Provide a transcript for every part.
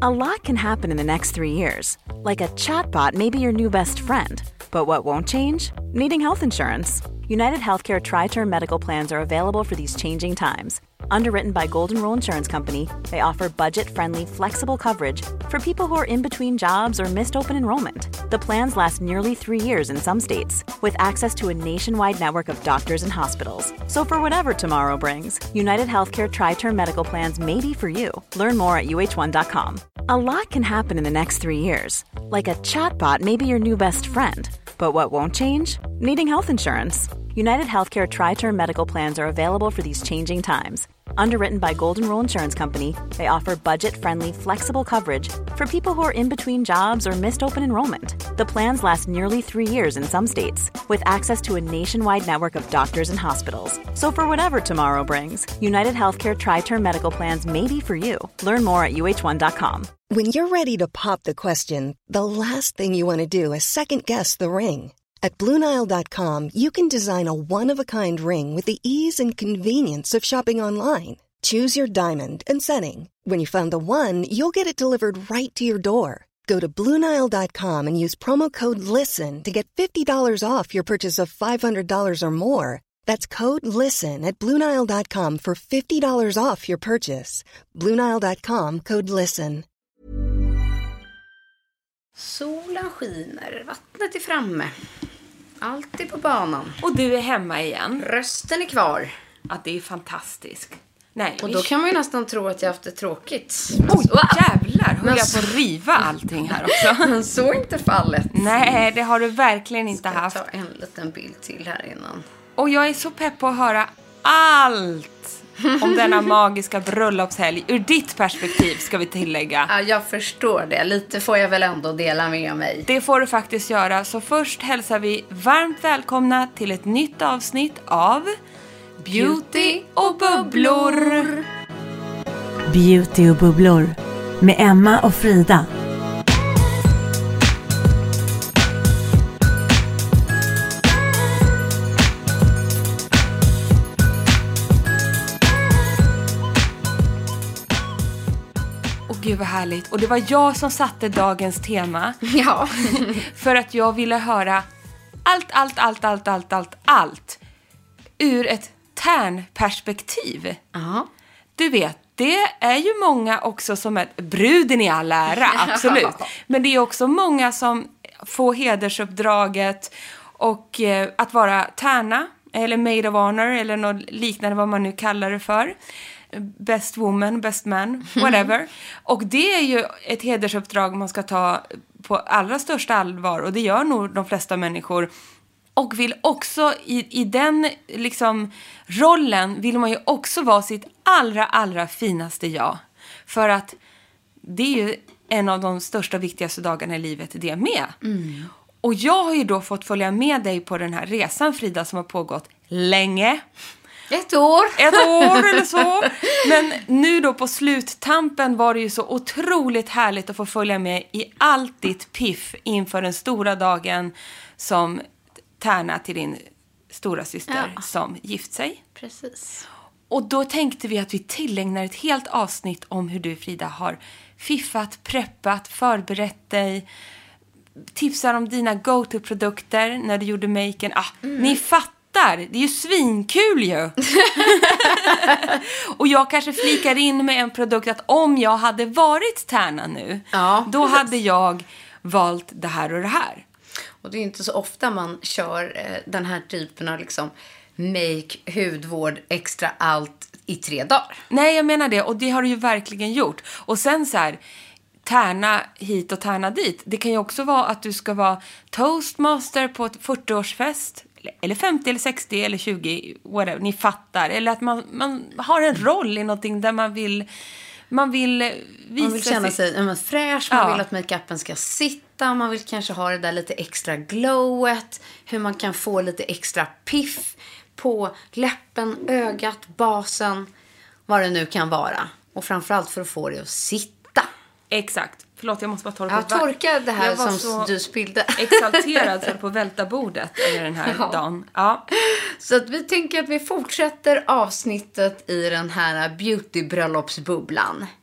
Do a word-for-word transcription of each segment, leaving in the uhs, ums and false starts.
A lot can happen in the next three years. Like a chatbot may be your new best friend. But what won't change? Needing health insurance. United Healthcare Tri-Term Medical Plans are available for these changing times. Underwritten by Golden Rule Insurance Company, they offer budget-friendly, flexible coverage for people who are in between jobs or missed open enrollment. The plans last nearly three years in some states, with access to a nationwide network of doctors and hospitals. So for whatever tomorrow brings, United Healthcare Tri-Term Medical Plans may be for you. Learn more at U H one dot com. A lot can happen in the next three years. Like a chatbot may be your new best friend. But what won't change? Needing health insurance. United Healthcare Tri-Term Medical Plans are available for these changing times. Underwritten by Golden Rule Insurance Company, they offer budget-friendly, flexible coverage for people who are in between jobs or missed open enrollment. The plans last nearly three years in some states, with access to a nationwide network of doctors and hospitals. So for whatever tomorrow brings, United Healthcare Tri-Term Medical Plans may be for you. Learn more at U H one dot com. When you're ready to pop the question, the last thing you want to do is second-guess the ring. At Blue Nile dot com, you can design a one-of-a-kind ring with the ease and convenience of shopping online. Choose your diamond and setting. When you find the one, you'll get it delivered right to your door. Go to Blue Nile dot com and use promo code LISTEN to get fifty dollars off your purchase of five hundred dollars or more. That's code LISTEN at Blue Nile dot com for fifty dollars off your purchase. Blue Nile dot com, code LISTEN. Solen skiner, vattnet är framme. Allt är på banan. Och du är hemma igen. Rösten är kvar. Att det är fantastiskt. Nej, och då kan man ju nästan tro att jag haft det tråkigt. Oj, oh, jävlar. Höll jag på att riva allting här också. Men så är inte fallet. Nej, det har du verkligen inte Ska haft. ta en liten bild till här innan. Och jag är så pepp på att höra allt om denna magiska bröllopshelg. Ur ditt perspektiv ska vi tillägga. Ja, jag förstår det. Lite får jag väl ändå dela med mig. Det får du faktiskt göra. Så först hälsar vi varmt välkomna till ett nytt avsnitt av Beauty och bubblor. Beauty och bubblor med Emma och Frida. Gud vad härligt. Och det var jag som satte dagens tema. Ja. För att jag ville höra allt, allt, allt, allt, allt, allt, allt. Ur ett tärnperspektiv. Ja. Du vet, det är ju många också som är bruden i all ära, absolut. Men det är också många som får hedersuppdraget och eh, att vara tärna eller maid of honor eller något liknande vad man nu kallar det för. Best woman, best man, whatever. Mm. Och det är ju ett hedersuppdrag man ska ta på allra största allvar. Och det gör nog de flesta människor. Och vill också i, i den liksom rollen vill man ju också vara sitt allra, allra finaste jag. För att det är ju en av de största och viktigaste dagarna i livet, det med. Mm. Och jag har ju då fått följa med dig på den här resan, Frida, som har pågått länge. Ett år. Ett år eller så. Men nu då på sluttampen var det ju så otroligt härligt att få följa med i allt ditt piff inför den stora dagen som tärna till din stora syster ja. som gift sig. Precis. Och då tänkte vi att vi tillägnar ett helt avsnitt om hur du, Frida, har fiffat, preppat, förberett dig. Tipsar om dina go-to-produkter när du gjorde maken. Ah, mm. Ni fattar. Det är ju svinkul ju. Och jag kanske flikar in med en produkt att om jag hade varit tärna nu, ja, då precis. hade jag valt det här och det här. Och det är inte så ofta man kör eh, den här typen av liksom make, hudvård, extra allt i tre dagar. Nej, jag menar det. Och det har du ju verkligen gjort. Och sen så här, tärna hit och tärna dit. Det kan ju också vara att du ska vara toastmaster på ett fyrtioårsfest. Eller femtio eller sextio eller tjugo, whatever, ni fattar. Eller att man, man har en roll i någonting där man vill, man vill visa man vill känna sig, sig man fräsch, man ja. vill att make-upen ska sitta, man vill kanske ha det där lite extra glowet, hur man kan få lite extra piff på läppen, ögat, basen, vad det nu kan vara. Och framförallt för att få det att sitta. Exakt. Förlåt, jag måste bara torka Jag torkar det här som så du spillde. Exalterad så på välta bordet över den här ja. dagen. Ja. Så att vi tänker att vi fortsätter avsnittet i den här beauty-bröllopsbubblan.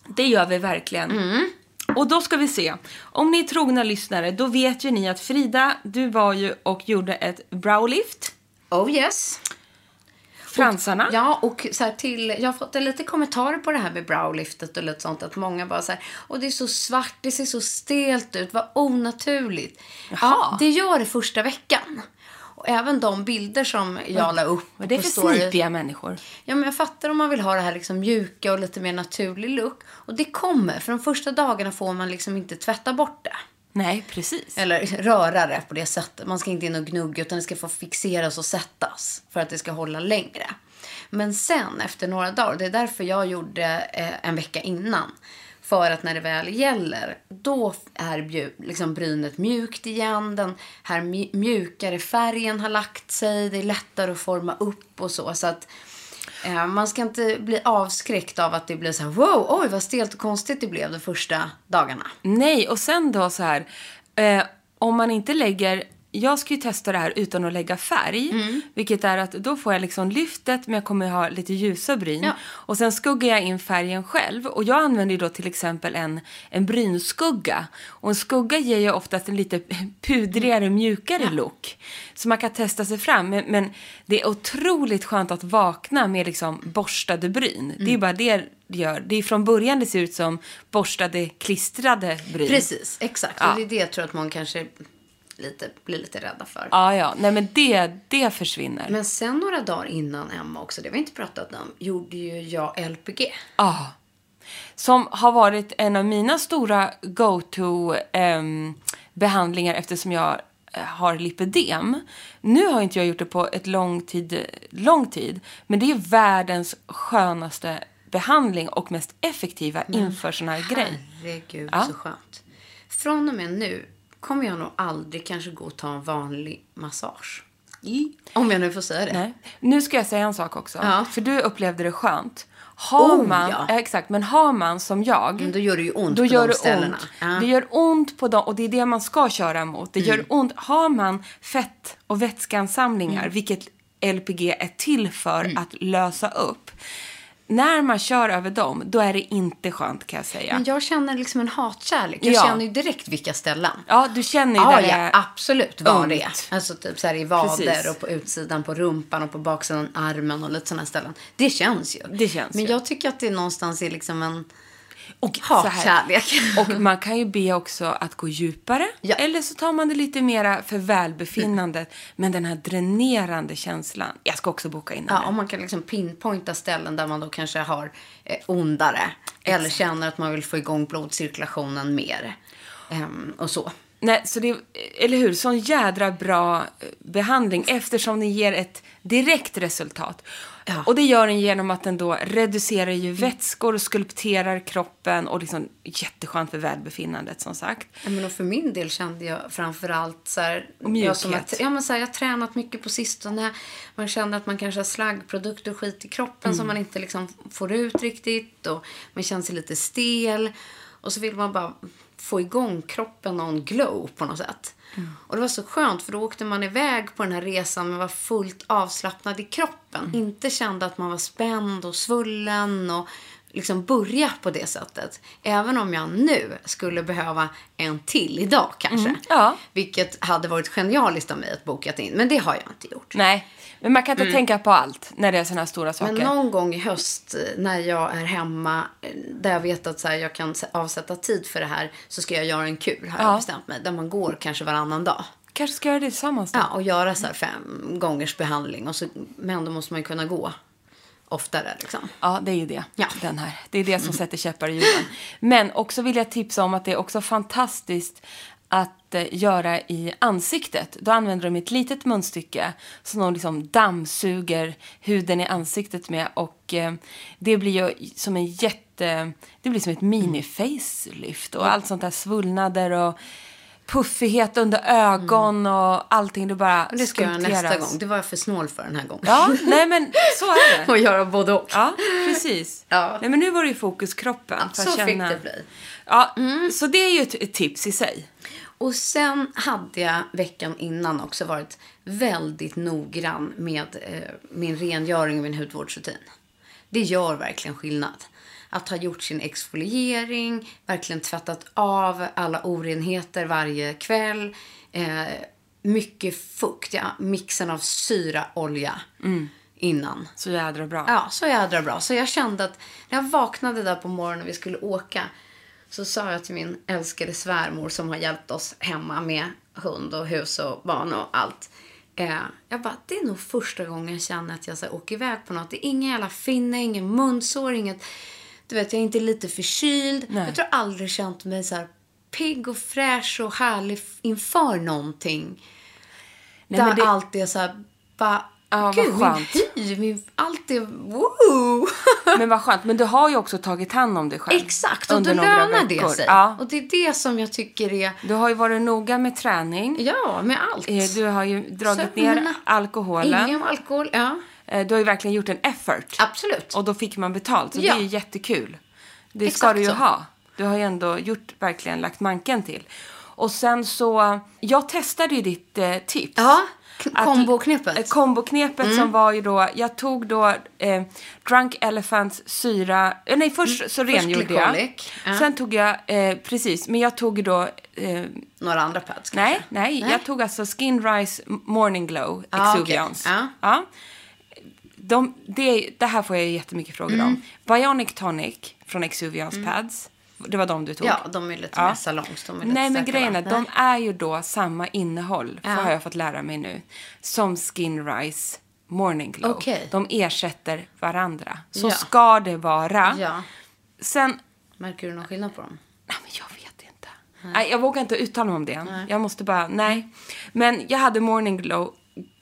Det gör vi verkligen. Mm. Och då ska vi se. Om ni är trogna lyssnare, då vet ju ni att Frida, du var ju och gjorde ett browlift. Oh yes. Fransarna. Och, ja, och så här till, jag har fått lite kommentarer på det här med browliftet och lite sånt. Att många bara så här, och det är så svart, det ser så stelt ut, vad onaturligt. Jaha. Ja, det gör det första veckan. Och även de bilder som jag la upp. Vad är det för snipiga människor? Ja, men jag fattar om man vill ha det här liksom mjuka och lite mer naturlig look. Och det kommer, för de första dagarna får man liksom inte tvätta bort det. Nej, precis. Eller röra det på det sättet. Man ska inte in och gnugga, utan det ska få fixeras och sättas. För att det ska hålla längre. Men sen, efter några dagar, det är därför jag gjorde eh, en vecka innan. För att när det väl gäller, då är bju, liksom brynet mjukt igen. Den här mjukare färgen har lagt sig. Det är lättare att forma upp och så. Så att eh, man ska inte bli avskräckt av att det blir så här, wow, oj vad stelt och konstigt det blev de första dagarna. Nej, och sen då så här, eh, om man inte lägger... Jag ska ju testa det här utan att lägga färg. Mm. Vilket är att då får jag liksom lyftet, men jag kommer ha lite ljusa bryn. Ja. Och sen skuggar jag in färgen själv. Och jag använder ju då till exempel en, en brynskugga. Och en skugga ger ju oftast en lite pudrigare, mm. mjukare ja. look. Så man kan testa sig fram. Men, men det är otroligt skönt att vakna med liksom borstade bryn. Mm. Det är bara det det gör. Det är från början det ser ut som borstade, klistrade bryn. Precis, exakt. Ja. Och det är det jag tror att man kanske... Lite, blir lite rädda för. Ja, ja. Nej, men det, det försvinner. Men sen några dagar innan, Emma också, det har vi inte pratat om, gjorde ju jag L P G. Ja. Som har varit en av mina stora go-to-behandlingar eh, eftersom jag har lipödem. Nu har inte jag gjort det på ett lång tid, lång tid. Men det är världens skönaste behandling och mest effektiva mm. inför sån här grej. Herregud, ja. så skönt. Från och med nu kommer jag nog aldrig kanske gå och ta en vanlig massage. Mm. Om jag nu får säga det. Nej. Nu ska jag säga en sak också. Ja. För du upplevde det skönt. Har oh, man, ja. ja, exakt, men har man som jag. Mm, då gör det ju ont då på gör de det ställena. Ont. Ja. Det gör ont på dem och det är det man ska köra mot. Det mm. gör ont. Har man fett- och vätskeansamlingar, mm. vilket L P G är till för mm. att lösa upp. När man kör över dem, då är det inte skönt kan jag säga. Men jag känner liksom en hatkärlek. Jag ja. känner ju direkt vilka ställen. Ja, du känner ju ja, där ja, det är absolut vad ont. det är. Alltså typ så här i vader Precis. och på utsidan på rumpan och på baksidan armen och lite sådana ställen. Det känns ju. Det känns Men ju. jag tycker att det någonstans är liksom en och hatkärlek. Och man kan ju be också att gå djupare. Ja. Eller så tar man det lite mera för välbefinnandet. Mm. Men den här dränerande känslan. Jag ska också boka in Ja, och man kan liksom pinpointa ställen där man då kanske har eh, ondare. Exakt. Eller känner att man vill få igång blodcirkulationen mer. Ehm, och så. Nej, så det, eller hur? Sån jädra bra behandling eftersom den ger ett direkt resultat. Ja. Och det gör den genom att den då reducerar ju vätskor och skulpterar kroppen och liksom jätteskönt för välbefinnandet som sagt. Ja, men och för min del kände jag framförallt så här, och mjukhet. Jag, som att, ja, men så här, jag har tränat mycket på sistone. Man känner att man kanske har slaggprodukter och skit i kroppen mm. som man inte liksom får ut riktigt och man känner sig lite stel och så vill man bara få igång kroppen och en glow på något sätt. Mm. Och det var så skönt för då åkte man iväg på den här resan men var fullt avslappnad i kroppen. Mm. Inte kände att man var spänd och svullen och liksom börja på det sättet. Även om jag nu skulle behöva en till idag kanske. Mm. Ja. Vilket hade varit genialiskt av mig att boka in. Men det har jag inte gjort. Nej, men man kan inte mm. tänka på allt när det är såna här stora saker. Men någon gång i höst när jag är hemma där jag vet att så här, jag kan avsätta tid för det här så ska jag göra en kur har ja. jag bestämt mig. Där man går kanske varannan dag. Kanske ska göra det tillsammans då. Ja, och göra så här fem gångers behandling. Och så, men då måste man ju kunna gå oftare liksom. Ja, det är ju det. Ja. Den här. Det är det som sätter käppar i hjulen. Men också vill jag tipsa om att det är också fantastiskt att eh, göra i ansiktet. Då använder de ett litet munstycke som de liksom dammsuger huden i ansiktet med. Och eh, det blir ju som en jätte... Det blir som ett mini-facelift. Och allt sånt där svullnader och puffighet under ögon och allting. Det bara och det ska jag göra nästa gång. Det var jag för snål för den här gången. Ja, nej men så är det. Och göra både och. Ja, precis. Ja. Nej, men nu var det ju fokus kroppen. Ja, för så att känna... fick det bli. Ja, mm. Så det är ju ett, ett tips i sig. Och sen hade jag veckan innan också varit väldigt noggrann med eh, min rengöring och min hudvårdsrutin. Det gör verkligen skillnad. att ha gjort sin exfoliering, verkligen tvättat av alla orenheter varje kväll. Eh, mycket fukt, ja, mixen av syra, olja mm. innan. Så jädra bra. Ja, så jädra bra. Så jag kände att när jag vaknade där på morgonen och vi skulle åka, så sa jag till min älskade svärmor som har hjälpt oss hemma med hund och hus och barn och allt. Eh, jag bara, det är nog första gången jag känner att jag så här, åker iväg på något. Det är inga jävla finne, ingen munsår, inget... Du vet, jag är inte lite förkyld. Nej. Jag tror aldrig känt mig så här pigg och fräsch och härlig inför någonting. Nej, där det... allt är så här, bara... Ja, gud, vad skönt. Min hy, min, allt är... Woo! Men vad skönt. Men du har ju också tagit hand om dig själv. Exakt, och då lönar det sig. Ja. Och det är det som jag tycker är... Du har ju varit noga med träning. Ja, med allt. Du har ju dragit så, ner mina... alkoholen. Ingen alkohol, ja. Du har ju verkligen gjort en effort. Absolut. Och då fick man betalt. Så ja. det är ju jättekul. Det Exakt ska du ju så. ha. Du har ju ändå gjort, verkligen lagt manken till. Och sen så... Jag testade ju ditt eh, tips. Ja. Komboknepet. Komboknepet mm. som var ju då, jag tog då eh, Drunk Elephants syra, eh, nej först mm. så rengjorde jag. Ja. Sen tog jag, eh, precis, men jag tog då... Eh, några andra pads nej, kanske? nej, nej, jag tog alltså Skin Rise Morning Glow ah, Exuviance. Okay. Ja. Ja. De, det, det här får jag jättemycket frågor mm. om. Bionic Tonic från Exuviance mm. pads. Det var de du tog. Ja, de är lite ja. mer salongs. De är lite Nej, men starkare. grejen är, de är ju då samma innehåll, ja. har jag fått lära mig nu, som Skin Rise Morning Glow. Okay. De ersätter varandra. Så ja. ska det vara. Ja. Sen... Märker du någon skillnad på dem? Nej, men jag vet inte. Nej. Nej, jag vågar inte uttala mig om det. Nej. Jag måste bara, nej. Men jag hade Morning Glow,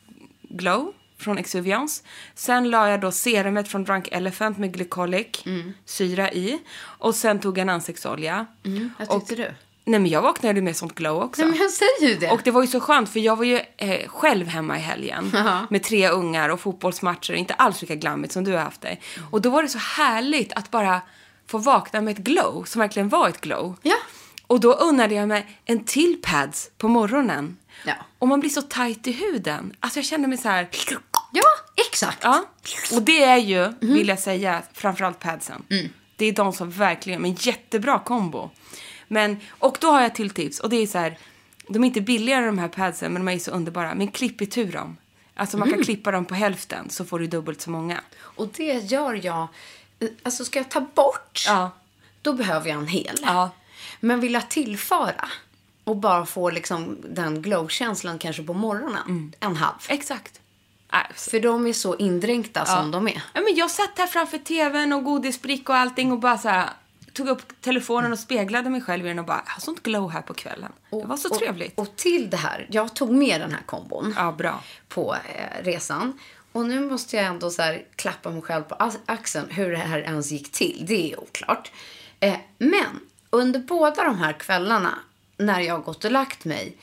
glow från Exuviance. Sen la jag då serumet från Drunk Elephant med glycolic mm. syra i. Och sen tog jag en ansiktsolja. Mm. Vad tyckte och, du? Nej, men jag vaknade med sånt glow också. Nej, men jag säger ju det. Och det var ju så skönt, för jag var ju eh, själv hemma i helgen. Uh-huh. Med tre ungar och fotbollsmatcher. Inte alls lika glammigt som du har haft det. Mm. Och då var det så härligt att bara få vakna med ett glow. Som verkligen var ett glow. Ja. Och då unnade jag mig en till pads på morgonen. Ja. Och man blir så tajt i huden. Alltså jag kände mig så här... Ja, exakt. Ja. Och det är ju, mm. vill jag säga, framförallt padsen. Mm. Det är de som verkligen, men jättebra kombo. Men, och då har jag till tips. Och det är så här, de är inte billigare de här padsen, men de är så underbara. Men klipp itu dem. Alltså man kan mm. klippa dem på hälften, så får du dubbelt så många. Och det gör jag. Alltså ska jag ta bort, ja. då behöver jag en hel. Ja. Men vill jag tillföra och bara få liksom den glow-känslan kanske på morgonen, mm. en halv. Exakt. För de är så indränkta ja. som de är. Ja, men jag satt här framför tvn och godisbrick och allting och bara så här, tog upp telefonen och speglade mig själv i den och bara, jag har sånt glow här på kvällen. Och, det var så och, trevligt. Och till det här, jag tog med den här kombon ja, bra. på eh, resan. Och nu måste jag ändå så här klappa mig själv på axeln hur det här ens gick till. Det är oklart. Eh, men under båda de här kvällarna när jag gått och lagt mig,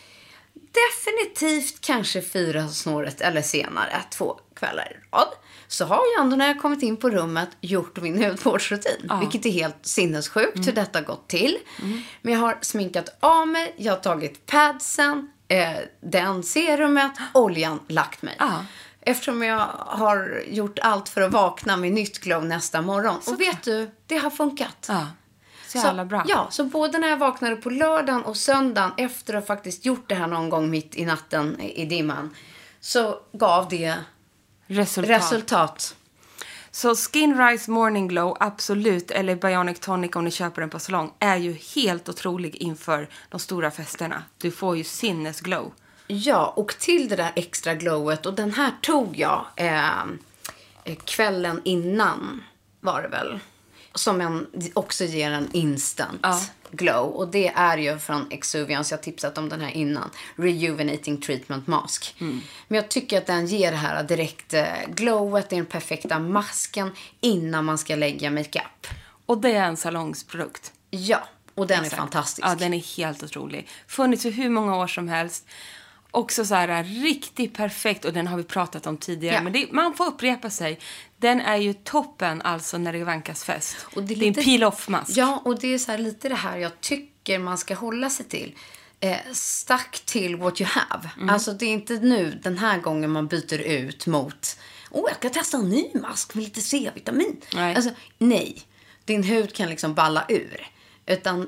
definitivt kanske fyra snåret eller senare, två kvällar i rad, så har jag ändå när jag kommit in på rummet gjort min hudvårdsrutin. Ja. Vilket är helt sinnessjukt mm. hur detta gått till. Mm. Men jag har sminkat av mig, jag har tagit padsen, eh, den serumet, oljan, lagt mig. Ja. Eftersom jag har gjort allt för att vakna med nytt glow nästa morgon. Så och vet du, det har funkat. Ja. Så, så bra. Ja, så både när jag vaknade på lördagen och söndagen efter att ha faktiskt gjort det här någon gång mitt i natten i dimman, så gav det resultat. resultat. Så Skin Rise Morning Glow, absolut, eller Bionic Tonic om ni köper den på salong, är ju helt otrolig inför de stora festerna. Du får ju sinnesglow. Ja, och till det där extra glowet, och den här tog jag eh, kvällen innan var det väl, som en, också ger en instant ja. glow. Och det är ju från Exuviance. Jag har tipsat om den här innan. Rejuvenating Treatment Mask. Mm. Men jag tycker att den ger det här direkt glowet. Det är den perfekta masken innan man ska lägga makeup. Och det är en salongsprodukt. Ja, och den Exakt. är fantastisk. Ja, den är helt otrolig. Funnits för hur många år som helst. Också så här riktigt perfekt, och den har vi pratat om tidigare. Ja. Men det, man får upprepa sig. Den är ju toppen alltså när det vankas fest. Och det är, lite, det är en peel-off-mask. Ja, och det är så här lite det här jag tycker man ska hålla sig till. Eh, stack till what you have. Mm. Alltså det är inte nu den här gången man byter ut mot, åh oh, jag kan testa en ny mask med lite C-vitamin. Nej. Alltså nej. din hud kan liksom balla ur. Utan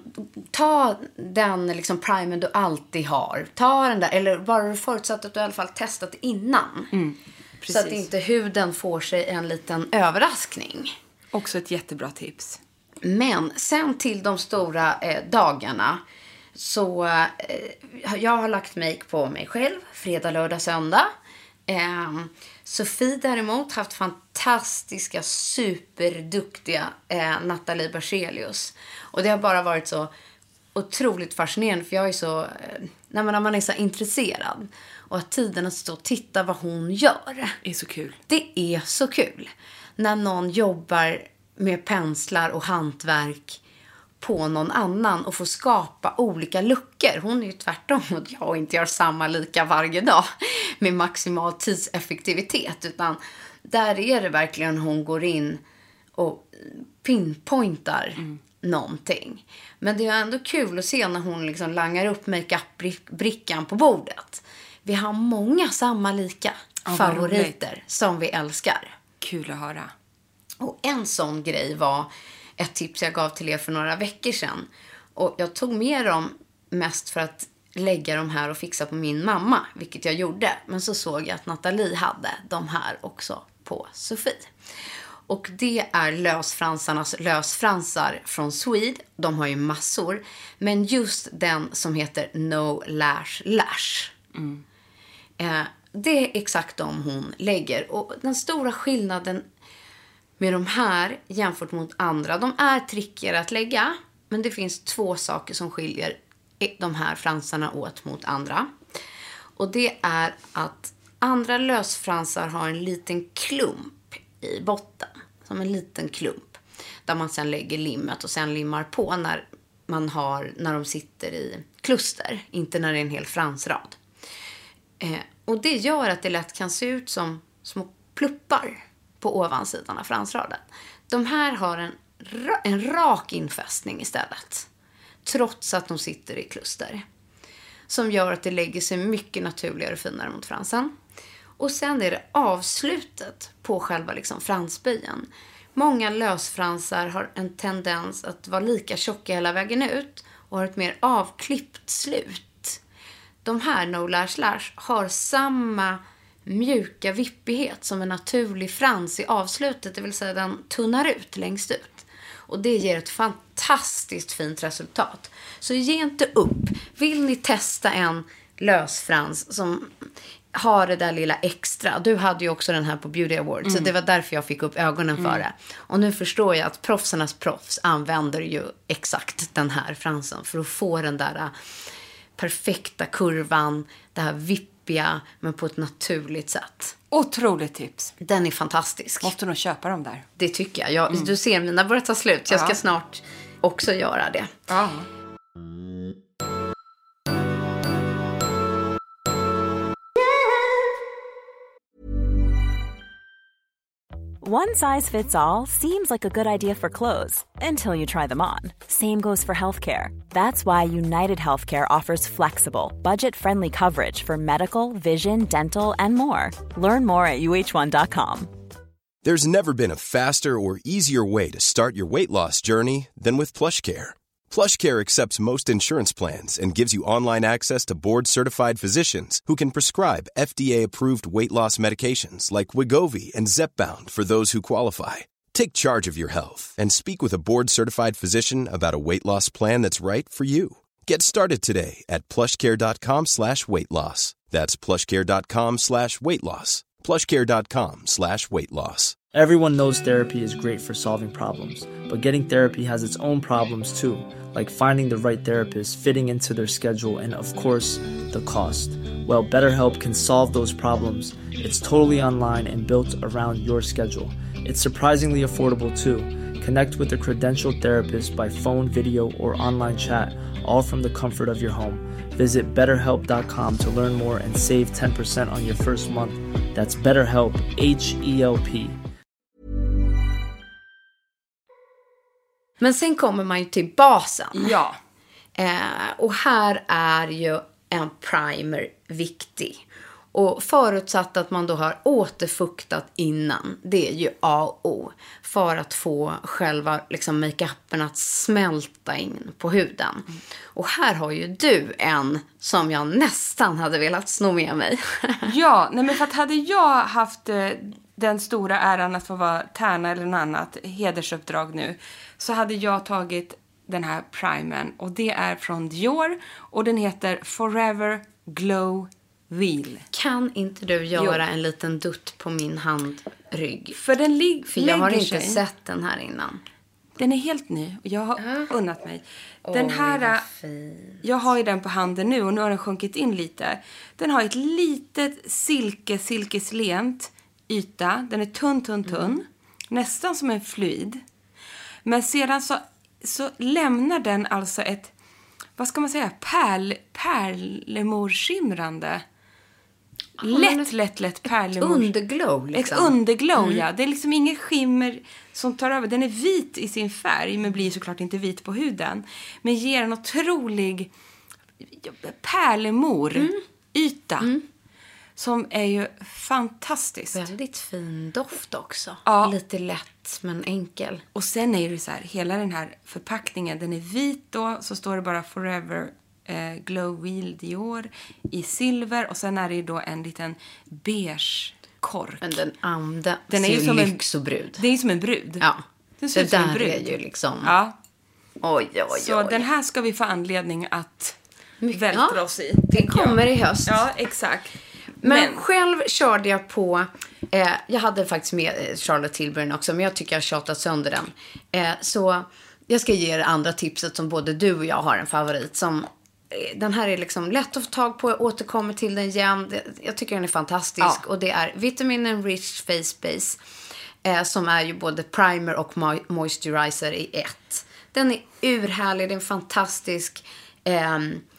ta den liksom primer du alltid har. Ta den där, eller bara du förutsatt att du i alla fall testat innan. Mm, så att inte huden får sig en liten överraskning. Också ett jättebra tips. Men sen till de stora eh, dagarna. Så eh, jag har lagt make på mig själv. Fredag, lördag, söndag. Eh, Sofie däremot haft fantastiska, superduktiga eh, Nathalie Berzelius. Och det har bara varit så otroligt fascinerande. För jag är så, eh, när man, när man är så intresserad. Och att tiden att stå och titta vad hon gör. Det är så kul. Det är så kul. När någon jobbar med penslar och hantverk på någon annan och får skapa olika luckor. Hon är ju tvärtom mot jag och inte gör samma lika varje dag med maximal tidseffektivitet. Utan där är det verkligen hon går in och pinpointar mm. någonting. Men det är ändå kul att se när hon liksom langar upp make-up-brickan på bordet. Vi har många samma lika ja, favoriter som vi älskar. Kul att höra. Och en sån grej var ett tips jag gav till er för några veckor sedan. Och jag tog med dem mest för att lägga dem här och fixa på min mamma. Vilket jag gjorde. Men så såg jag att Nathalie hade de här också på Sofie. Och det är lösfransarnas lösfransar från Swede. De har ju massor. Men just den som heter No Lash Lash. Mm. Eh, det är exakt de hon lägger. Och den stora skillnaden med de här jämfört mot andra. De är trickigare att lägga. Men det finns två saker som skiljer de här fransarna åt mot andra. Och det är att andra lösfransar har en liten klump i botten. Som en liten klump. Där man sen lägger limmet och sen limmar på när, man har, när de sitter i kluster. Inte när det är en hel fransrad. Eh, och det gör att det lätt kan se ut som små pluppar på ovansidan av fransraden. De här har en, en rak infästning istället. Trots att de sitter i kluster. Som gör att det lägger sig mycket naturligare och finare mot fransen. Och sen är det avslutet på själva liksom fransböjen. Många lösfransar har en tendens att vara lika tjocka hela vägen ut. Och har ett mer avklippt slut. De här No Lash Lash har samma mjuka vippighet som en naturlig frans i avslutet. Det vill säga den tunnar ut längst ut. Och det ger ett fantastiskt fint resultat. Så ge inte upp. Vill ni testa en lösfrans som har det där lilla extra. Du hade ju också den här på Beauty Awards. Mm. Så det var därför jag fick upp ögonen för mm. det. Och nu förstår jag att proffsarnas proffs använder ju exakt den här fransen. För att få den där perfekta kurvan. Det här vippiga men på ett naturligt sätt. Otroligt tips. Den är fantastisk. Måste nog köpa dem där. Det tycker jag. jag mm. Du ser, mina börjar ta slut. Så jag ska ja. snart också göra det. Ja. One size fits all seems like a good idea for clothes until you try them on. Same goes for healthcare. That's why United Healthcare offers flexible, budget-friendly coverage for medical, vision, dental, and more. Learn more at U H one dot com. There's never been a faster or easier way to start your weight loss journey than with PlushCare. PlushCare accepts most insurance plans and gives you online access to board-certified physicians who can prescribe F D A-approved weight loss medications like Wegovy and Zepbound for those who qualify. Take charge of your health and speak with a board-certified physician about a weight loss plan that's right for you. Get started today at plushcare.com slash weight loss. That's plushcare.com slash weight loss. plushcare.com slash weight loss. Everyone knows therapy is great for solving problems, but getting therapy has its own problems too, like finding the right therapist, fitting into their schedule, and of course, the cost. Well, BetterHelp can solve those problems. It's totally online and built around your schedule. It's surprisingly affordable too. Connect with a credentialed therapist by phone, video, or online chat, all from the comfort of your home. Visit better help dot com to learn more and save ten percent on your first month. That's BetterHelp, H E L P. Men sen kommer man ju till basen. Ja. Eh, och här är ju en primer viktig. Och förutsatt att man då har återfuktat innan. Det är ju A och O. För att få själva liksom, make-upen att smälta in på huden. Mm. Och här har ju du en som jag nästan hade velat sno med mig. Ja, nej men för att hade jag haft eh, den stora äran att få vara tärna eller något annat hedersuppdrag nu. Så hade jag tagit den här primern. Och det är från Dior. Och den heter Forever Glow Wheel. Kan inte du göra jo. en liten dutt på min handrygg? För den lig- För jag har inte sig. sett den här innan. Den är helt ny och jag har uh. unnat mig. Den Oj, här, jag har ju den på handen nu och nu har den sjunkit in lite. Den har ett litet silke, silkeslent yta. Den är tunn, tunn, tunn. Mm. Nästan som en fluid. Men sedan så, så lämnar den alltså ett, vad ska man säga, pärl, pärlemorskimrande. Lätt, lätt, lätt pärlemor. Ett underglow liksom. Ett underglow, mm. ja. Det är liksom ingen skimmer som tar över. Den är vit i sin färg, men blir såklart inte vit på huden. Men ger en otrolig pärlemor mm. yta. Mm. Som är ju fantastiskt. Väldigt fin doft också. Ja. Lite lätt men enkel. Och sen är det så här, hela den här förpackningen, den är vit då. Så står det bara Forever eh, Glow Wheel Dior i silver. Och sen är det ju då en liten beige kork. Men den andra den är ju ju som lyx en, och brud. Det är ju som en brud. Ja. Den ser det ut som där en brud. är ju liksom... Ja. Oj, oj, oj. Så den här ska vi få anledning att Mycket. vältra ja, oss i. Det kommer jag. i höst. Ja, exakt. Men, men själv körde jag på... Eh, jag hade faktiskt med Charlotte Tilbury också, men jag tycker jag har tjatat sönder den. Eh, så jag ska ge er andra tipset som både du och jag har en favorit. Som, eh, den här är liksom lätt att få tag på. Jag återkommer till den igen. Jag tycker den är fantastisk. Ja. Och det är Vitamin Rich Face Base. Eh, som är ju både primer och mo- moisturizer i ett. Den är urhärlig. Det är en fantastisk eh,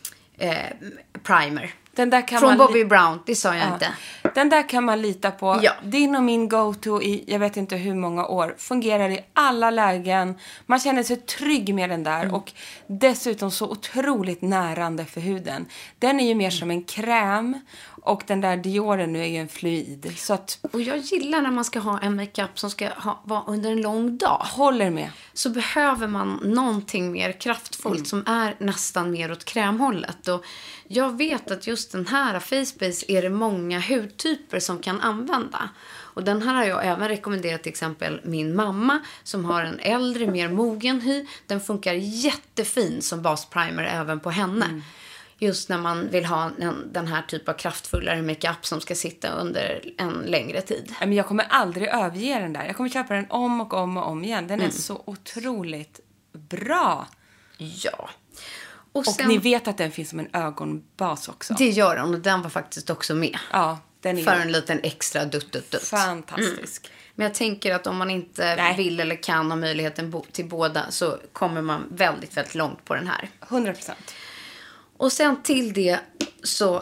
eh, primer. Den där kan Från man Bobbi li- Brown, det sa jag ja. inte. Den där kan man lita på. Ja. Din och min go-to i jag vet inte hur många år. Fungerar i alla lägen. Man känner sig trygg med den där. Mm. Och dessutom så otroligt närande för huden. Den är ju mer mm. som en kräm. Och den där Dioren nu är ju en fluid. Så att, och jag gillar när man ska ha en makeup som ska ha, vara under en lång dag. Håller med. Så behöver man någonting mer kraftfullt mm. som är nästan mer åt krämhållet. Och jag vet att just den här Facebase är det många hudtyper som kan använda. Och den här har jag även rekommenderat till exempel min mamma som har en äldre, mer mogen hy. Den funkar jättefin som basprimer även på henne. Mm. Just när man vill ha en, den här typen av kraftfullare makeup som ska sitta under en längre tid. Men jag kommer aldrig överge den där. Jag kommer köpa den om och om och om igen. Den mm. är så otroligt bra. Ja. Och, och sen, ni vet att den finns som en ögonbas också. Det gör den och den var faktiskt också med. Ja, den är för en liten extra dutt, dutt, dutt. Fantastisk. Mm. Men jag tänker att om man inte Nej. vill eller kan ha möjligheten bo- till båda så kommer man väldigt, väldigt långt på den här. hundra procent. Och sen till det så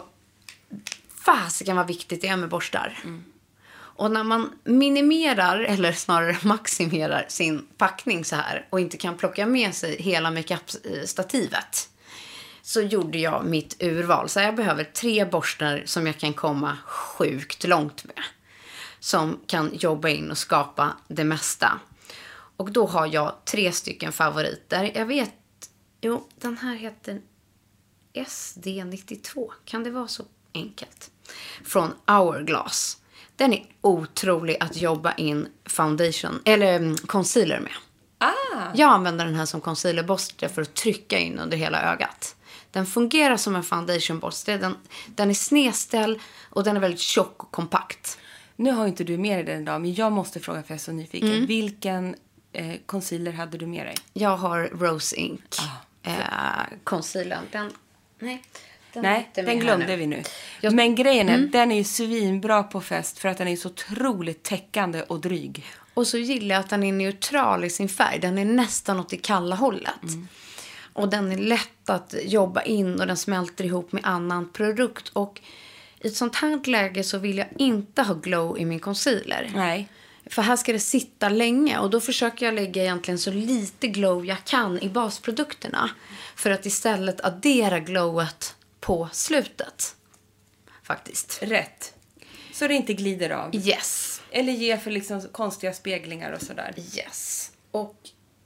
fasiken vad viktigt det är med borstar. Mm. Och när man minimerar eller snarare maximerar sin packning så här och inte kan plocka med sig hela makeup-stativet så gjorde jag mitt urval. Så jag behöver tre borstar som jag kan komma sjukt långt med. Som kan jobba in och skapa det mesta. Och då har jag tre stycken favoriter. Jag vet, jo den här heter S D nittiotvå. Kan det vara så enkelt? Från Hourglass. Den är otrolig att jobba in foundation eller concealer med. Ah. Jag använder den här som concealerborste för att trycka in under hela ögat. Den fungerar som en foundationborste. Den, den är snedställ och den är väldigt tjock och kompakt. Nu har inte du med dig den idag, men jag måste fråga för jag är så nyfiken. Mm. Vilken eh, concealer hade du med dig? Jag har Rose Ink. Ah. Eh, concealern. Den, nej, den, nej, den glömde vi nu. Jag, men grejen är, mm. den är ju svinbra på fest för att den är så otroligt täckande och dryg. Och så gillar jag att den är neutral i sin färg. Den är nästan åt det kalla hållet. Mm. Och den är lätt att jobba in och den smälter ihop med annan produkt. Och i ett sånt här läge så vill jag inte ha glow i min concealer. Nej. För här ska det sitta länge och då försöker jag lägga egentligen så lite glow jag kan i basprodukterna. För att istället addera glowet på slutet. faktiskt. Rätt. Så det inte glider av. Yes. Eller ge för liksom konstiga speglingar och sådär. Yes. Och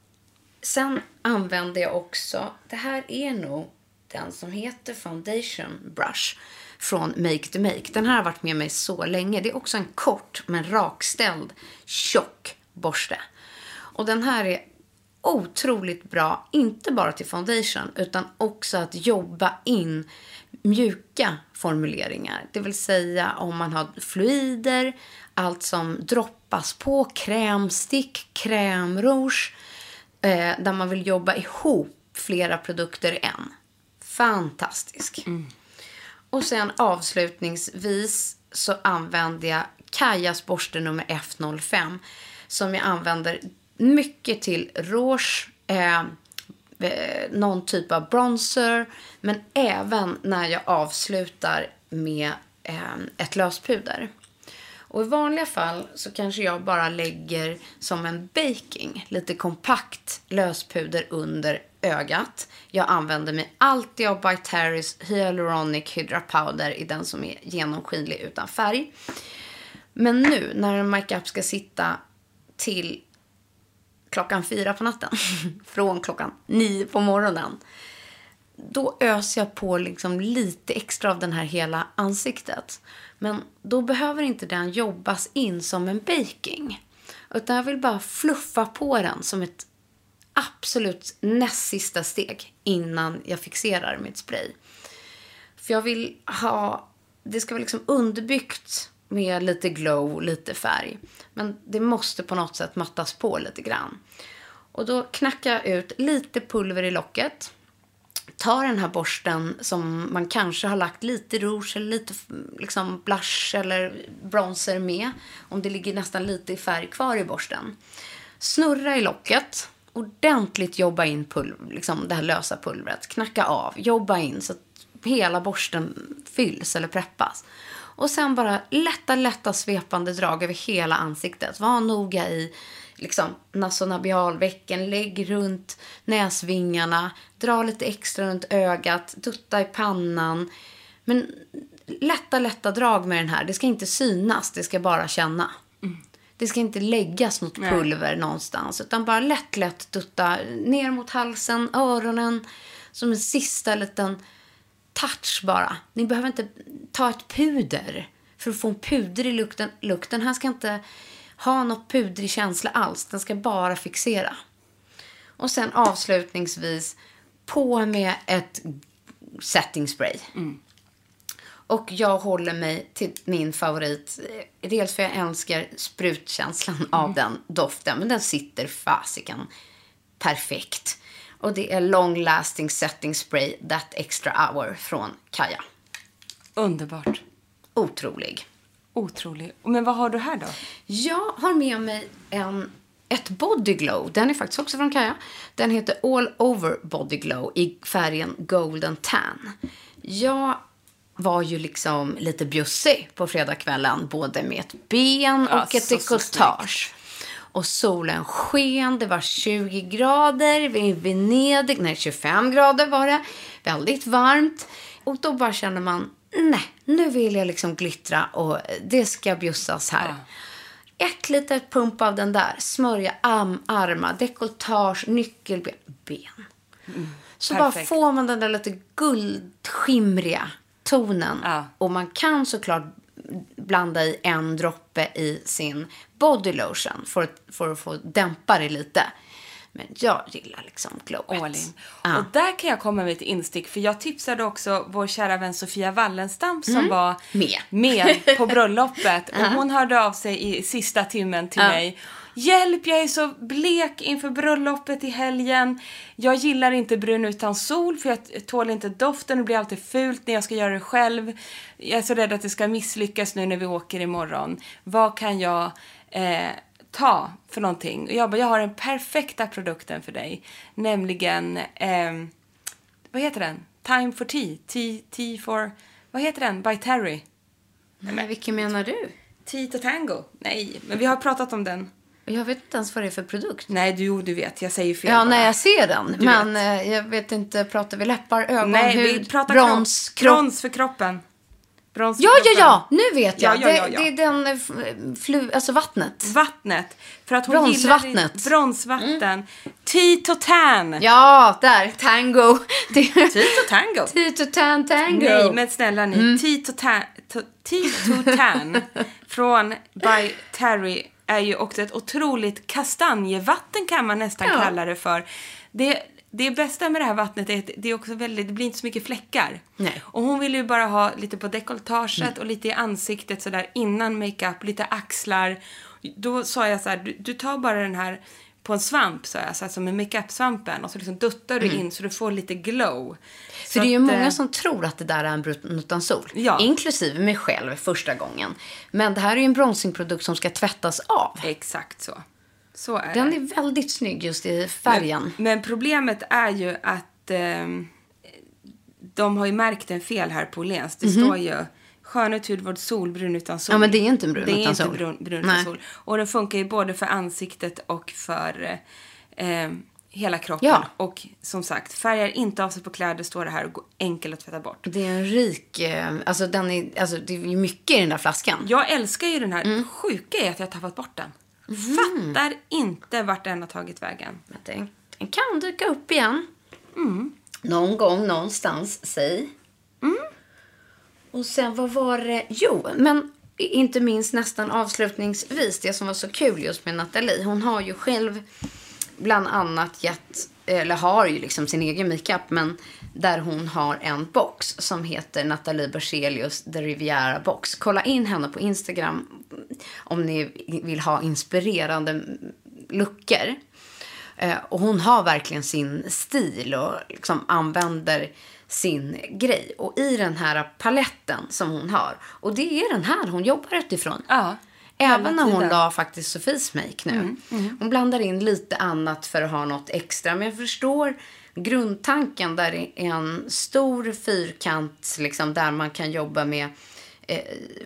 sen använder jag också, det här är nog den som heter Foundation Brush från Make to Make. Den här har varit med mig så länge. Det är också en kort men rakställd tjock borste. Och den här är otroligt bra, inte bara till foundation utan också att jobba in mjuka formuleringar. Det vill säga om man har fluider, allt som droppas på, krämstick, krämrouge, eh, där man vill jobba ihop flera produkter i en. Fantastisk. Mm. Och sen avslutningsvis så använder jag Kajas borste nummer F noll fem som jag använder mycket till rouge, eh, eh, någon typ av bronzer, men även när jag avslutar med eh, ett löspuder. Och i vanliga fall så kanske jag bara lägger som en baking, lite kompakt löspuder under ögat. Jag använder mig alltid av By Terry's Hyaluronic Hydra Powder i den som är genomskinlig utan färg. Men nu när en makeup ska sitta till klockan fyra på natten, från klockan nio på morgonen, då öser jag på liksom lite extra av den här hela ansiktet. Men då behöver inte den jobbas in som en baking. Utan jag vill bara fluffa på den som ett absolut näst sista steg innan jag fixerar mitt spray. För jag vill ha, det ska vara liksom underbyggt med lite glow, lite färg. Men det måste på något sätt mattas på lite grann. Och då knackar jag ut lite pulver i locket. Tar den här borsten som man kanske har lagt lite rouge eller lite liksom blush eller bronzer med. Om det ligger nästan lite färg kvar i borsten. Snurra i locket. Ordentligt jobba in pulver, liksom det här lösa pulvret. Knacka av, jobba in så att hela borsten fylls eller preppas. Och sen bara lätta, lätta svepande drag över hela ansiktet. Var noga i liksom nasonabialvecken. Lägg runt näsvingarna. Dra lite extra runt ögat. Dutta i pannan. Men lätta, lätta drag med den här. Det ska inte synas, det ska bara känna. Mm. Det ska inte läggas något pulver Nej. någonstans. Utan bara lätt, lätt dutta ner mot halsen, öronen. Som en sista liten touch bara. Ni behöver inte ta ett puder för att få en puder i lukten. Lukten här ska inte ha något puder i känsla alls. Den ska bara fixera. Och sen avslutningsvis på med ett setting spray. Mm. Och jag håller mig till min favorit. Dels för jag älskar sprutkänslan mm. av den doften. Men den sitter fasiken perfekt. Och det är Long Lasting Setting Spray That Extra Hour från Kaja. Underbart. Otrolig. Otrolig. Men vad har du här då? Jag har med mig en, ett Body Glow. Den är faktiskt också från Kaja. Den heter All Over Body Glow i färgen Golden Tan. Jag var ju liksom lite bjussig på fredagskvällen. Både med ett ben och ja, ett dekolletage. Och solen sken, det var tjugo grader i Venedig, nej tjugofem grader var det, väldigt varmt. Och då bara känner man, nej, nu vill jag liksom glittra och det ska bjussas här. Ja. Ett litet pump av den där, smörja arm, armar, dekolletage, nyckelben, ben. Mm, så perfekt. Bara får man den där lite guldskimriga tonen. Ja. Och man kan såklart blanda i en droppe i sin body lotion för att, för att få dämpa det lite. Men jag gillar liksom glowet. All in. Ah. Och där kan jag komma med ett instick. För jag tipsade också vår kära vän Sofia Wallenstam som mm. var med. med på bröllopet. Och hon hörde av sig i sista timmen till uh. mig. Hjälp, jag är så blek inför bröllopet i helgen. Jag gillar inte brun utan sol för jag tål inte doften. Det blir alltid fult när jag ska göra det själv. Jag är så rädd att det ska misslyckas nu när vi åker imorgon. Vad kan jag eh, ta för någonting? Och jag bara, jag har den perfekta produkten för dig. Nämligen, eh, vad heter den? Time for tea. Tea, tea for, vad heter den? By Terry. Nej, men vilken menar du? Tea to tango. Nej, men vi har pratat om den. Jag vet inte ens vad det är för produkt. Nej, du, du vet. Jag säger fel. Ja, bara. när jag ser den. Du men vet. Jag vet inte, pratar vi läppar, ögon, Nej, hud, vi pratar brons, kropp, brons för kroppen. Brons- Ja, ja, ja. Nu vet jag. Ja, ja, ja, ja. Det, det är den eh, flu, alltså vattnet. Vattnet. För att hon Bronsvattnet. gillar bronsvatten. Mm. Tito Tan. Ja, där. Tango. Tito Tango. Tito Tan Tango. Nej, men snälla ni. Mm. Tito Tan, Tito Tan från By Terry är ju också ett otroligt kastanjevatten kan man nästan ja. kalla det för. Det Det bästa med det här vattnet är att det är också väldigt, det blir inte så mycket fläckar. Nej. Och hon vill ju bara ha lite på dekolletaget mm. och lite i ansiktet sådär innan makeup, lite axlar. Då sa jag så här, du, du tar bara den här på en svamp så här, så här som en makeup-svampen och så liksom duttar du mm. in så du får lite glow. För så det är ju att, många som tror att det där är en Brutnutansol. Ja. Inklusive mig själv första gången. Men det här är ju en bronzingprodukt som ska tvättas av. Exakt så. Så är Den det. är väldigt snygg just i färgen. Men, men problemet är ju att eh, de har ju märkt en fel här på Åhléns. Det mm-hmm. står ju skönhet, hudvård, sol, brun utan sol. Ja, men det är inte en brun det utan är sol. inte brun, brun utan sol. Och den funkar ju både för ansiktet och för eh, hela kroppen. Ja. Och som sagt, färgar inte av sig på kläder står det här och går enkelt att tvätta bort. Det är en rik, eh, alltså, den är, alltså det är ju mycket i den där flaskan. Jag älskar ju den här. Mm. Sjuka är att jag har tappat bort den. Mm. Fattar inte vart den har tagit vägen. Den, den kan dyka upp igen. Mm. Någon gång, någonstans, säg. Mm. Och sen, vad var det? Jo, men inte minst nästan avslutningsvis, det som var så kul just med Nathalie. Hon har ju själv bland annat gett, eller har ju liksom sin egen makeup, men där hon har en box som heter Nathalie Berzelius The Riviera Box. Kolla in henne på Instagram om ni vill ha inspirerande looker. Eh, och hon har verkligen sin stil och liksom använder sin grej. Och i den här paletten som hon har, och det är den här hon jobbar utifrån. Ja. Även när hon la faktiskt Sofies make nu. Mm, mm. Hon blandar in lite annat för att ha något extra. Men jag förstår grundtanken där det är en stor fyrkant liksom, där man kan jobba med eh,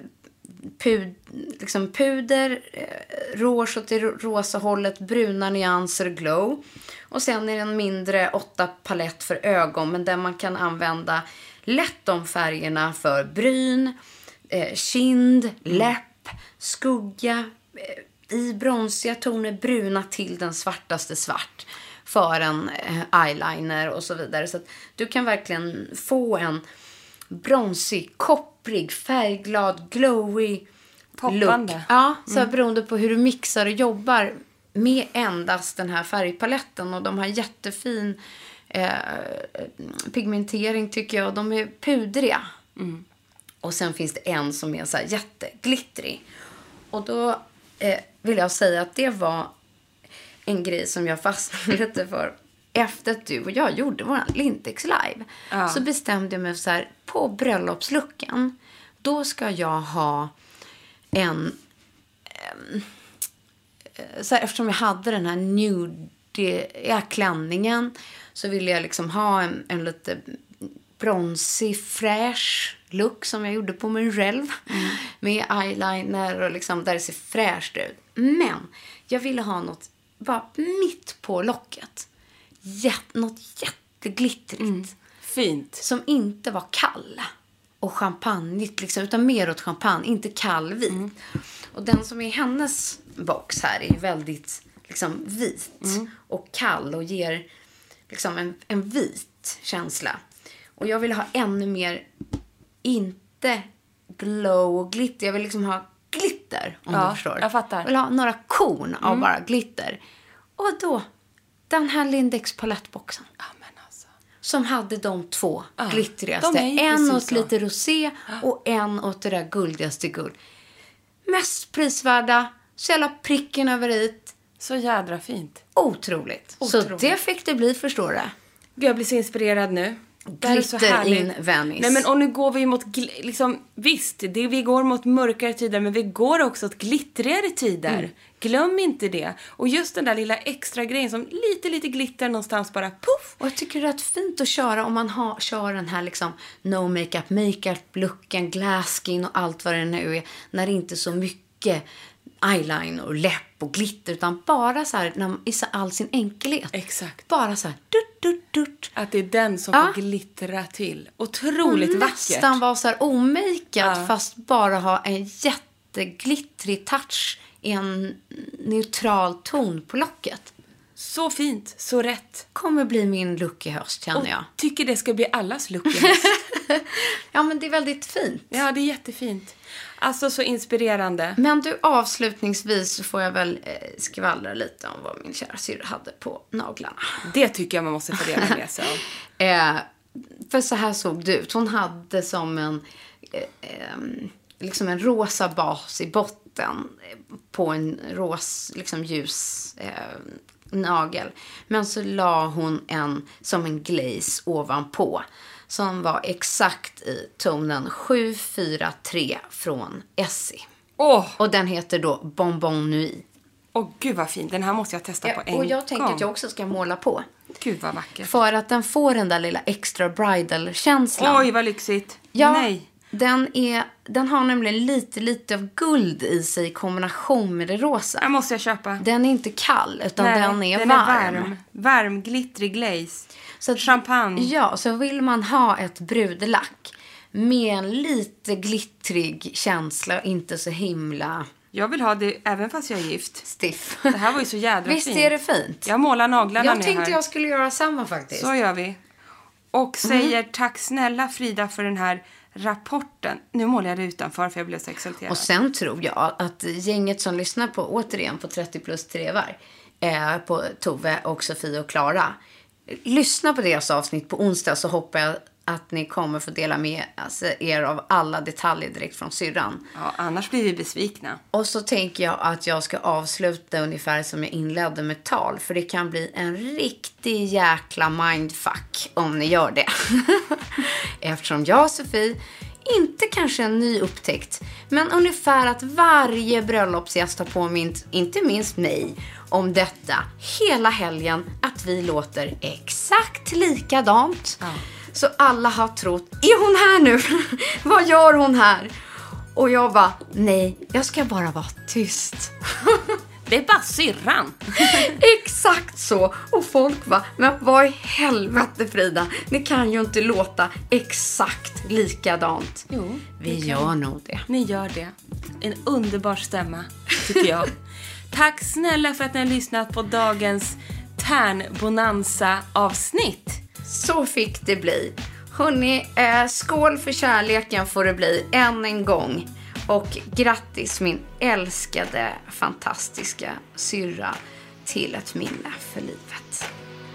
pud, liksom puder, eh, rouge åt det rosa hållet, bruna nyanser, glow. Och sen är det en mindre åtta palett för ögon, men där man kan använda lätt de färgerna för bryn, eh, kind, läpp, skugga, eh, i bronsiga toner, bruna till den svartaste svart för en eh, eyeliner och så vidare. Så att du kan verkligen få en bronsig, kopprig, färgglad, glowy poppande look. Ja, så mm. beroende på hur du mixar och jobbar med endast den här färgpaletten. Och de har jättefin eh, pigmentering tycker jag. Och de är pudriga. Mm. Och sen finns det en som är så här jätteglittrig. Och då eh, vill jag säga att det var en grej som jag fastnade lite för. Efter att du och jag gjorde vår Lindex live. Ja. Så bestämde jag mig så här, på bröllopslucken. Då ska jag ha en... Eh, så här, eftersom jag hade den här nude klänningen. Så ville jag liksom ha en, en lite bronsig, fräsch look som jag gjorde på mig själv. Mm. Med eyeliner och liksom där det ser fräscht ut. Men jag ville ha något bara mitt på locket. Jätt, något jätteglittrigt. Mm. Fint. Som inte var kall och champagnigt liksom, utan mer åt champagne, inte kall vit. Mm. Och den som är hennes box här är väldigt liksom vit mm. och kall och ger liksom en, en vit känsla. Och jag vill ha ännu mer, inte glow och glitter. Jag vill liksom ha glitter, om ja, du förstår. Jag fattar. Jag vill ha några korn av mm. bara glitter. Och då, den här Lindex palettboxen. Ja, men alltså. Som hade de två ja, glittrigaste. De en åt så. Lite rosé och en åt det där guldigaste guld. Mest prisvärda, så jävla pricken över it. Så jädra fint. Otroligt. Otroligt. Så det fick det bli, förstår du. Gud, jag blir så inspirerad nu. Glitter in Venice. Nej, men och nu går vi mot gl- liksom, visst, det, vi går mot mörkare tider, men vi går också åt glittrigare tider. Mm. Glöm inte det. Och just den där lilla extra grejen som lite, lite glitter någonstans bara puff. Och jag tycker det är rätt fint att köra om man har, kör den här liksom no makeup, makeup looken, glass skin och allt vad det nu är. När det inte är så mycket eyeliner och läpp och glitter, utan bara så här när, i all sin enkelhet. Exakt. Bara så här dut, dut, dut. Att det är den som Ja. får glittra till. Otroligt och vackert. nästan vara så här omakead, Ja. fast bara ha en jätteglittrig touch i en neutral ton på locket. Så fint, så rätt. Kommer bli min look i höst, känner Och jag. tycker det ska bli allas look i höst. Ja, men det är väldigt fint. Ja, det är jättefint. Alltså så inspirerande. Men du, avslutningsvis så får jag väl eh, skvallra lite om vad min kära syrra hade på naglarna. Det tycker jag man måste få dela med sig av. Eh, för så här såg det ut. Hon hade som en eh, eh, liksom en rosa bas i botten på en ros, liksom ljus eh, nagel. Men så la hon en som en glaze ovanpå, som var exakt i tonen sju fyra tre från Essie. Åh, Och den heter då Bonbon Nuit. åh gud vad fint. Den här måste jag testa på en gång. Och jag tänkte att jag också ska måla på. Gud vad vackert. För att den får den där lilla extra bridal-känslan. Oj, vad lyxigt. Ja, Nej. Den, är, den har nämligen lite, lite av guld i sig i kombination med det rosa. Den måste jag köpa. Den är inte kall, utan Nej, den är den varm. Är varm. Varm, glittrig glaze. Så att, Champagne. Ja, så vill man ha ett brudlack med en lite glittrig känsla och inte så himla Jag vill ha det även fast jag är gift. stiff. Det här var ju så jädra Visst fint. är det fint? Jag målar naglarna Jag ner tänkte här. jag skulle göra samma faktiskt. Så gör vi. Och säger tack snälla Frida för den här rapporten. Nu målar jag det utanför för jag blev så exalterad. Och sen tror jag att gänget som lyssnar på, återigen på trettio plus trevar, eh, på Tove och Sofie och Klara, lyssna på deras avsnitt på onsdag, så hoppas jag att ni kommer få dela med alltså, er av alla detaljer direkt från syrran. Ja, annars blir vi besvikna. Och så tänker jag att jag ska avsluta ungefär som jag inledde med tal, för det kan bli en riktig jäkla mindfuck om ni gör det. Eftersom jag och Sofie, inte kanske en ny upptäckt, men ungefär att varje bröllopsgäst har påmint, inte minst mig, om detta hela helgen, att vi låter exakt likadant. Ja. Så alla har trott, är hon här nu? Vad gör hon här? Och jag bara, nej, jag ska bara vara tyst. Det är bara syrran. Exakt så. Och folk bara, men vad i helvete Frida? Ni kan ju inte låta exakt likadant. Jo, vi gör nog det. Ni gör det. En underbar stämma, tycker jag. Tack snälla för att ni har lyssnat på dagens Tärnbonanza-avsnitt. Så fick det bli. Hörrni, eh, skål för kärleken får det bli än en gång. Och grattis min älskade, fantastiska syrra till ett minne för livet.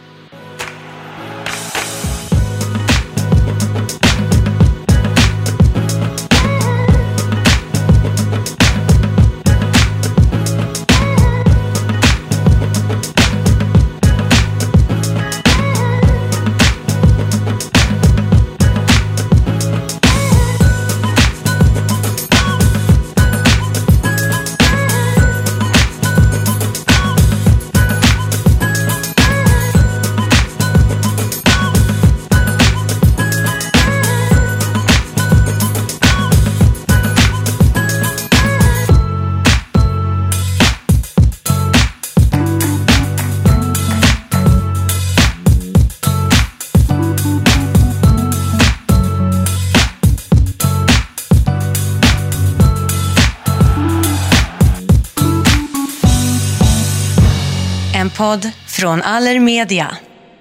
En podd från Allermedia.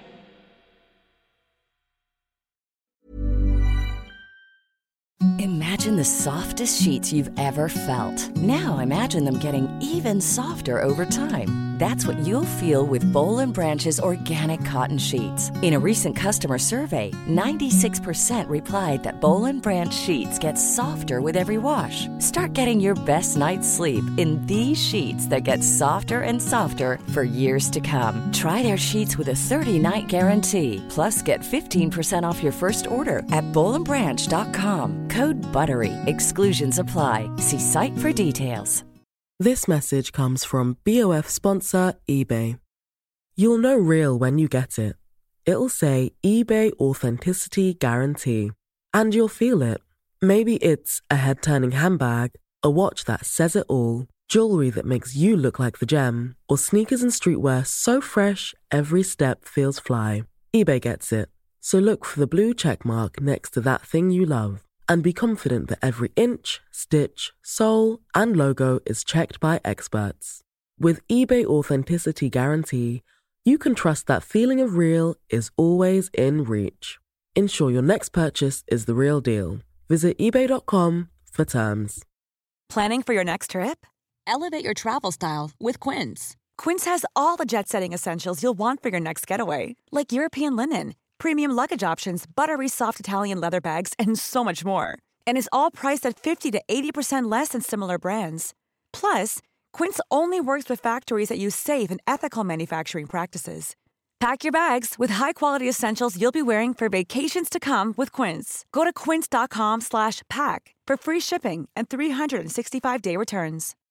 Imagine the softest sheets you've ever felt. Now imagine them getting even softer over time. That's what you'll feel with Boll and Branch's organic cotton sheets. In a recent customer survey, ninety-six percent replied that Boll and Branch sheets get softer with every wash. Start getting your best night's sleep in these sheets that get softer and softer for years to come. Try their sheets with a thirty-night guarantee. Plus, get fifteen percent off your first order at boll and branch dot com. Code BUTTERY. Exclusions apply. See site for details. This message comes from B O F sponsor eBay. You'll know real when you get it. It'll say eBay Authenticity Guarantee. And you'll feel it. Maybe it's a head-turning handbag, a watch that says it all, Jewelry that makes you look like the gem, or sneakers and streetwear so fresh every step feels fly. eBay gets it. So look for the blue check mark next to that thing you love and be confident that every inch, stitch, sole, and logo is checked by experts. With eBay Authenticity Guarantee, you can trust that feeling of real is always in reach. Ensure your next purchase is the real deal. Visit ebay dot com for terms. Planning for your next trip? Elevate your travel style with Quince. Quince has all the jet-setting essentials you'll want for your next getaway, like European linen, premium luggage options, buttery soft Italian leather bags, and so much more. And is all priced at fifty to eighty percent less than similar brands. Plus, Quince only works with factories that use safe and ethical manufacturing practices. Pack your bags with high-quality essentials you'll be wearing for vacations to come with Quince. Go to quince dot com slash pack for free shipping and three sixty-five day returns.